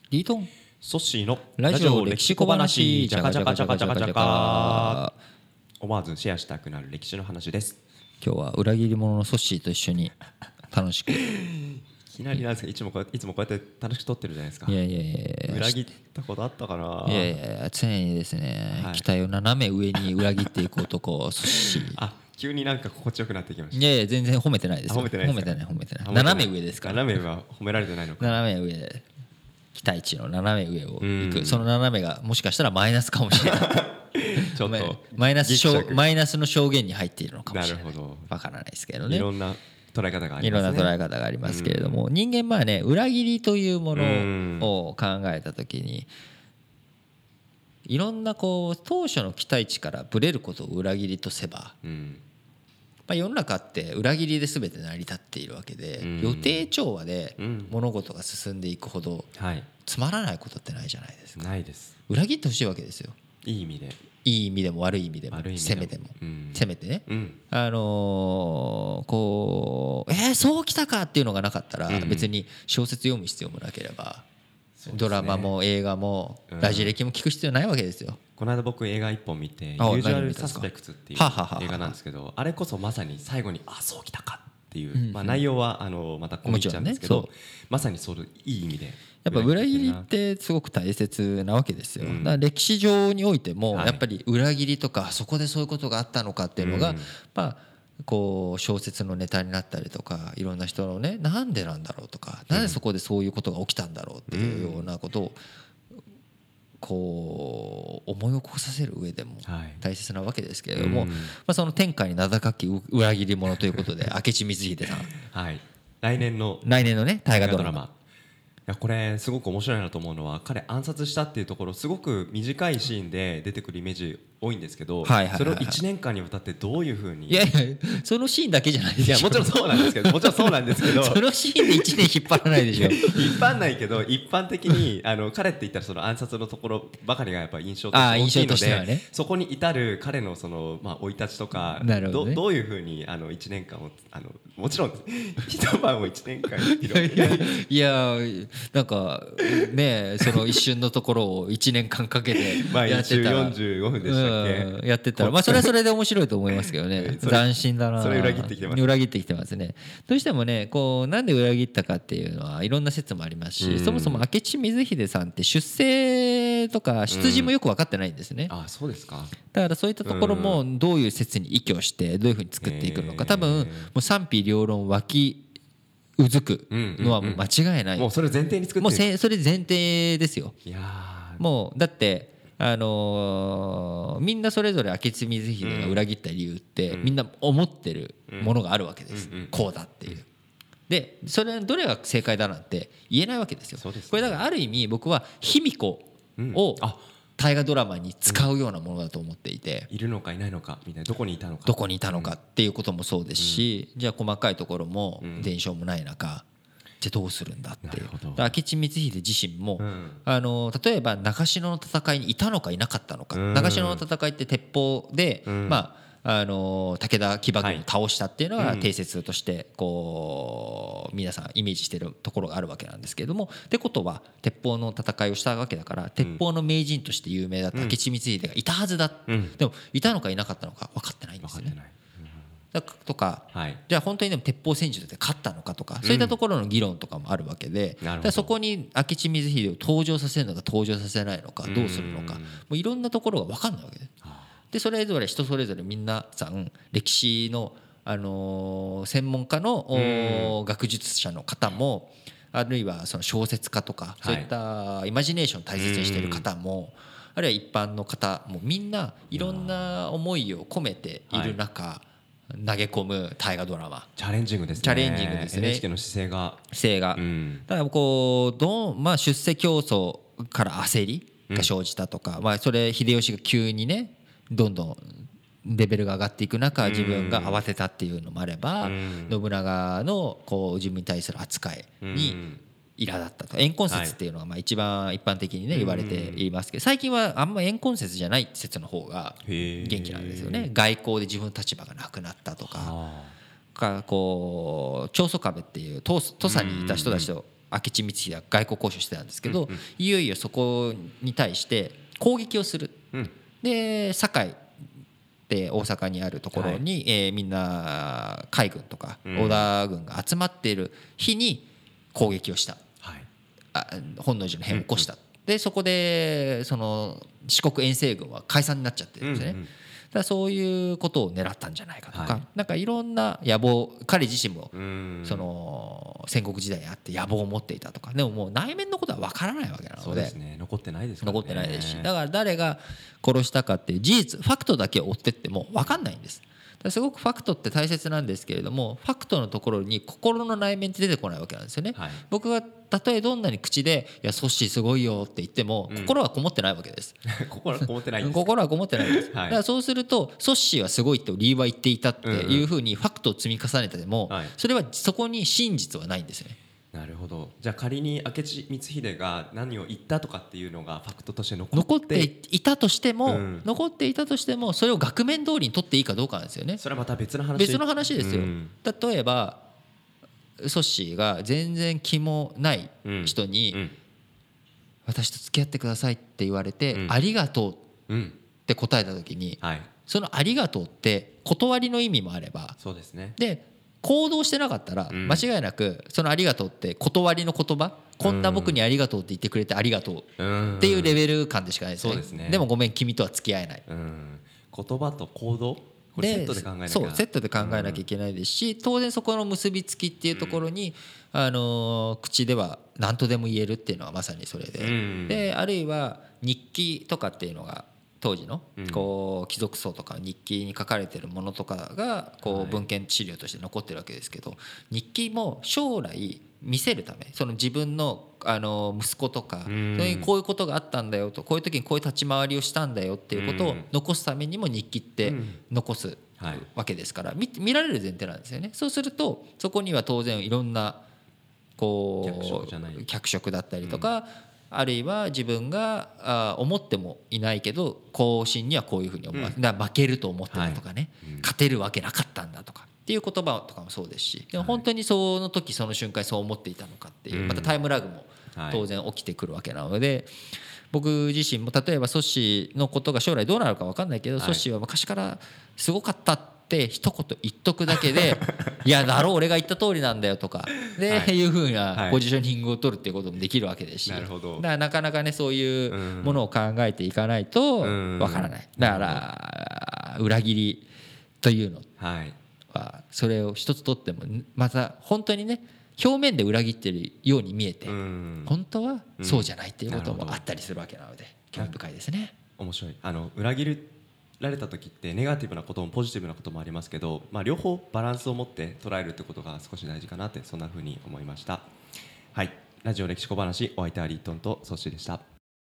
リートンソッシーのラジオ歴史小話じゃかじゃかじゃかじゃかじゃか。思わずシェアしたくなる歴史の話です。 今日は裏切り者のソッシーと一緒に楽しくいきなりなんですか。いつもこうやって楽しく撮ってるじゃないですか。 いやいやいや裏切ったことあったかな。 いやいや常にですね、 はい期待を斜め上に裏切っていく男ソッシー。 あ、急になんか心地よくなってきました。 いやいや全然褒めてないですよ。 褒めてないですか。 褒めてない斜め上ですから。 斜め上は褒められてないのか。 斜め上で期待値の斜め上をいく。 うんその斜めがもしかしたらマイナスかもしれない。 ちょっとマイナギクシャクスの証言に入っているのかもしれない。 なるほど。 わからないですけどね。 いろんな捉え方がありいろんますね。 な捉え方がありますけれども、人間まあね裏切りというものを考えた時にいろんなこう当初の期待値からブレることを裏切りとせば、まあ、世の中って裏切りで全て成り立っているわけで、予定調和で物事が進んでいくほどつまらないことってないじゃないですか。 ないです。 裏切ってほしいわけですよ。 いい意味で。 いい意味でも悪い意味でもせめてね、こうそうきたかっていうのがなかったら別に小説読む必要もなければ、ドラマも映画もラジ歴も聞く必要ないわけですよ。 この間僕映画一本見て「ユージュアル・サスペクツ」っていう映画なんですけど、あれこそまさに最後に「あ、そうきたか」っていう、まあ内容はまたこう言っちゃうんですけど、まさにそれいい意味でやっぱ裏切りってすごく大切なわけですよ。だから歴史上においてもやっぱり裏切りとかそこでそういうことがあったのかっていうのがまあこう小説のネタになったりとか、いろんな人のねなんでなんだろうとか、なぜそこでそういうことが起きたんだろうっていうようなことをこう思い起こさせる上でも大切なわけですけれども、まあその天下に名高き裏切り者ということで明智光秀さん、 来年のね大河ドラマ、 いやこれすごく面白いなと思うのは、彼暗殺したっていうところすごく短いシーンで出てくるイメージ多いんですけど、それを1年間にわたってどういうふうに、 いやいやそのシーンだけじゃないでしょ。 いやもちろんそうなんですけどそのシーンで1年引っ張らないでしょ。 引っ張んないけど、一般的に彼って言ったらその暗殺のところばかりがやっぱ印象として大きいので、そこに至る彼のその生い立ちとか、どういうふうに1年間をもちろん一晩を1年間いやなんかねその一瞬のところを1年間かけてやってたら 45分でしたっけ、 やってたらまあそれはそれで面白いと思いますけどね。斬新だな。 それ裏切ってきてます。 裏切ってきてますね。どうしてもねこうなんで裏切ったかっていうのはいろんな説もありますし、そもそも明智光秀さんって出世とか出自もよく分かってないんですね。 あ、そうですか。 だからそういったところもどういう説に依拠してどういうふうに作っていくのか、多分もう賛否両論湧きうずくのはもう間違いない。 もうそれ前提に作ってる。 もうそれ前提ですよ。 いやもうだってみんなそれぞれ明智光秀が裏切った理由ってみんな思ってるものがあるわけです。こうだっていう。でそれどれが正解だなんて言えないわけですよ。これだからある意味僕は卑弥呼を大河ドラマに使うようなものだと思っていて、 いるのかいないのかみたいな、どこにいたのかっていうこともそうですし、じゃあ細かいところも伝承もない中じゃあどうするんだっていう。明智光秀自身も例えば長篠の戦いにいたのかいなかったのか。長篠の戦いって鉄砲で武田騎馬軍を倒したっていうのが定説としてこう皆さんイメージしているところがあるわけなんですけれども、ってことは鉄砲の戦いをしたわけだから、鉄砲の名人として有名だった明智光秀がいたはずだ。でもいたのかいなかったのか分かってないんですよね。とかじゃあ本当にでも鉄砲戦術で勝ったのかとか、そういったところの議論とかもあるわけで、そこに明智光秀を登場させるのか登場させないのかどうするのか、もういろんなところが分かんないわけで、でそれぞれ人それぞれ皆さん歴史の専門家の学術者の方も、あるいはその小説家とかそういったイマジネーションを大切にしている方も、あるいは一般の方もみんないろんな思いを込めている中投げ込む大河ドラマ。 チャレンジングですね。 チャレンジングですね。 NHK の姿勢が、 だからこう出世競争から焦りが生じたとか、それ秀吉が急にねどんどんレベルが上がっていく中自分が慌てたっていうのもあれば、信長のこう自分に対する扱いに苛立ったと。怨恨説っていうのが一番一般的にね言われていますけど、最近はあんま怨恨説じゃない説の方が元気なんですよね。外交で自分の立場がなくなったとか、こう長宗我部っていう土佐にいた人たちと明智光秀は外交交渉してたんですけど、いよいよそこに対して攻撃をする、で堺で大阪にあるところに、みんな海軍とか織田軍が集まっている日に攻撃をした、本能寺の変を起こした、でそこでその四国遠征軍は解散になっちゃってるんですね、だからそういうことを狙ったんじゃないかとか、なんかいろんな野望、彼自身もその戦国時代にあって野望を持っていたとか、でももう内面のことは分からないわけなので、 そうですね、残ってないですからね。 残ってないですし、だから誰が殺したかっていう事実、ファクトだけを追ってっても分かんないんです。すごくファクトって大切なんですけれども、ファクトのところに心の内面って出てこないわけなんですよね、僕がたとえどんなに口で「いやソッシーすごいよ」って言っても、心はこもってないわけです心はこもってないです心はこもってないです、だからそうするとソッシーはすごいって理由は言っていたっていうふうにファクトを積み重ねてでも、それはそこに真実はないんですよね。 なるほど。じゃあ仮に明智光秀が何を言ったとかっていうのがファクトとして残っていたとしても、それを額面通りに取っていいかどうかなんですよね。 それはまた別の話ですよ、例えばソッシーが全然気もない人に、私と付き合ってくださいって言われて、ありがとうって答えた時に、そのありがとうって断りの意味もあれば、 そうですね、 で行動してなかったら間違いなくそのありがとうって断りの言葉、こんな僕にありがとうって言ってくれてありがとうっていうレベル感でしかないですね。でもごめん君とは付き合えない、 言葉と行動、これセットで考えなきゃ、 そうセットで考えなきゃいけないですし、当然そこの結びつきっていうところに、口では何とでも言えるっていうのはまさにそれで、であるいは日記とかっていうのが当時のこう貴族層とか日記に書かれてるものとかがこう文献資料として残ってるわけですけど、日記も将来見せるため、その自分の息子とかそれにこういうことがあったんだよと、こういう時にこういう立ち回りをしたんだよっていうことを残すためにも日記って残すわけですから、見られる前提なんですよね。そうするとそこには当然いろんなこう脚色だったりとか、あるいは自分が思ってもいないけど後進にはこういうふうに思う、負けると思ってたとかね、勝てるわけなかったんだとかっていう言葉とかもそうですし、でも本当にその時その瞬間そう思っていたのかっていう、またタイムラグも当然起きてくるわけなので、僕自身も例えばソッシーのことが将来どうなるか分かんないけど、ソッシーは昔からすごかったって一言言っとくだけでいやだろ俺が言った通りなんだよとかで、いうふうなポジショニングを取るっていうこともできるわけですし、だからなかなかねそういうものを考えていかないとわからない。だから裏切りというのはそれを一つ取ってもまた本当にね表面で裏切ってるように見えて本当はそうじゃないっていうこともあったりするわけなので興味深いですね。 面白い。裏切られた時ってネガティブなこともポジティブなこともありますけど、両方バランスを持って捉えるってことが少し大事かなって、そんな風に思いました。はい、ラジオ歴史小話、お相手はリートンとソッシーでした。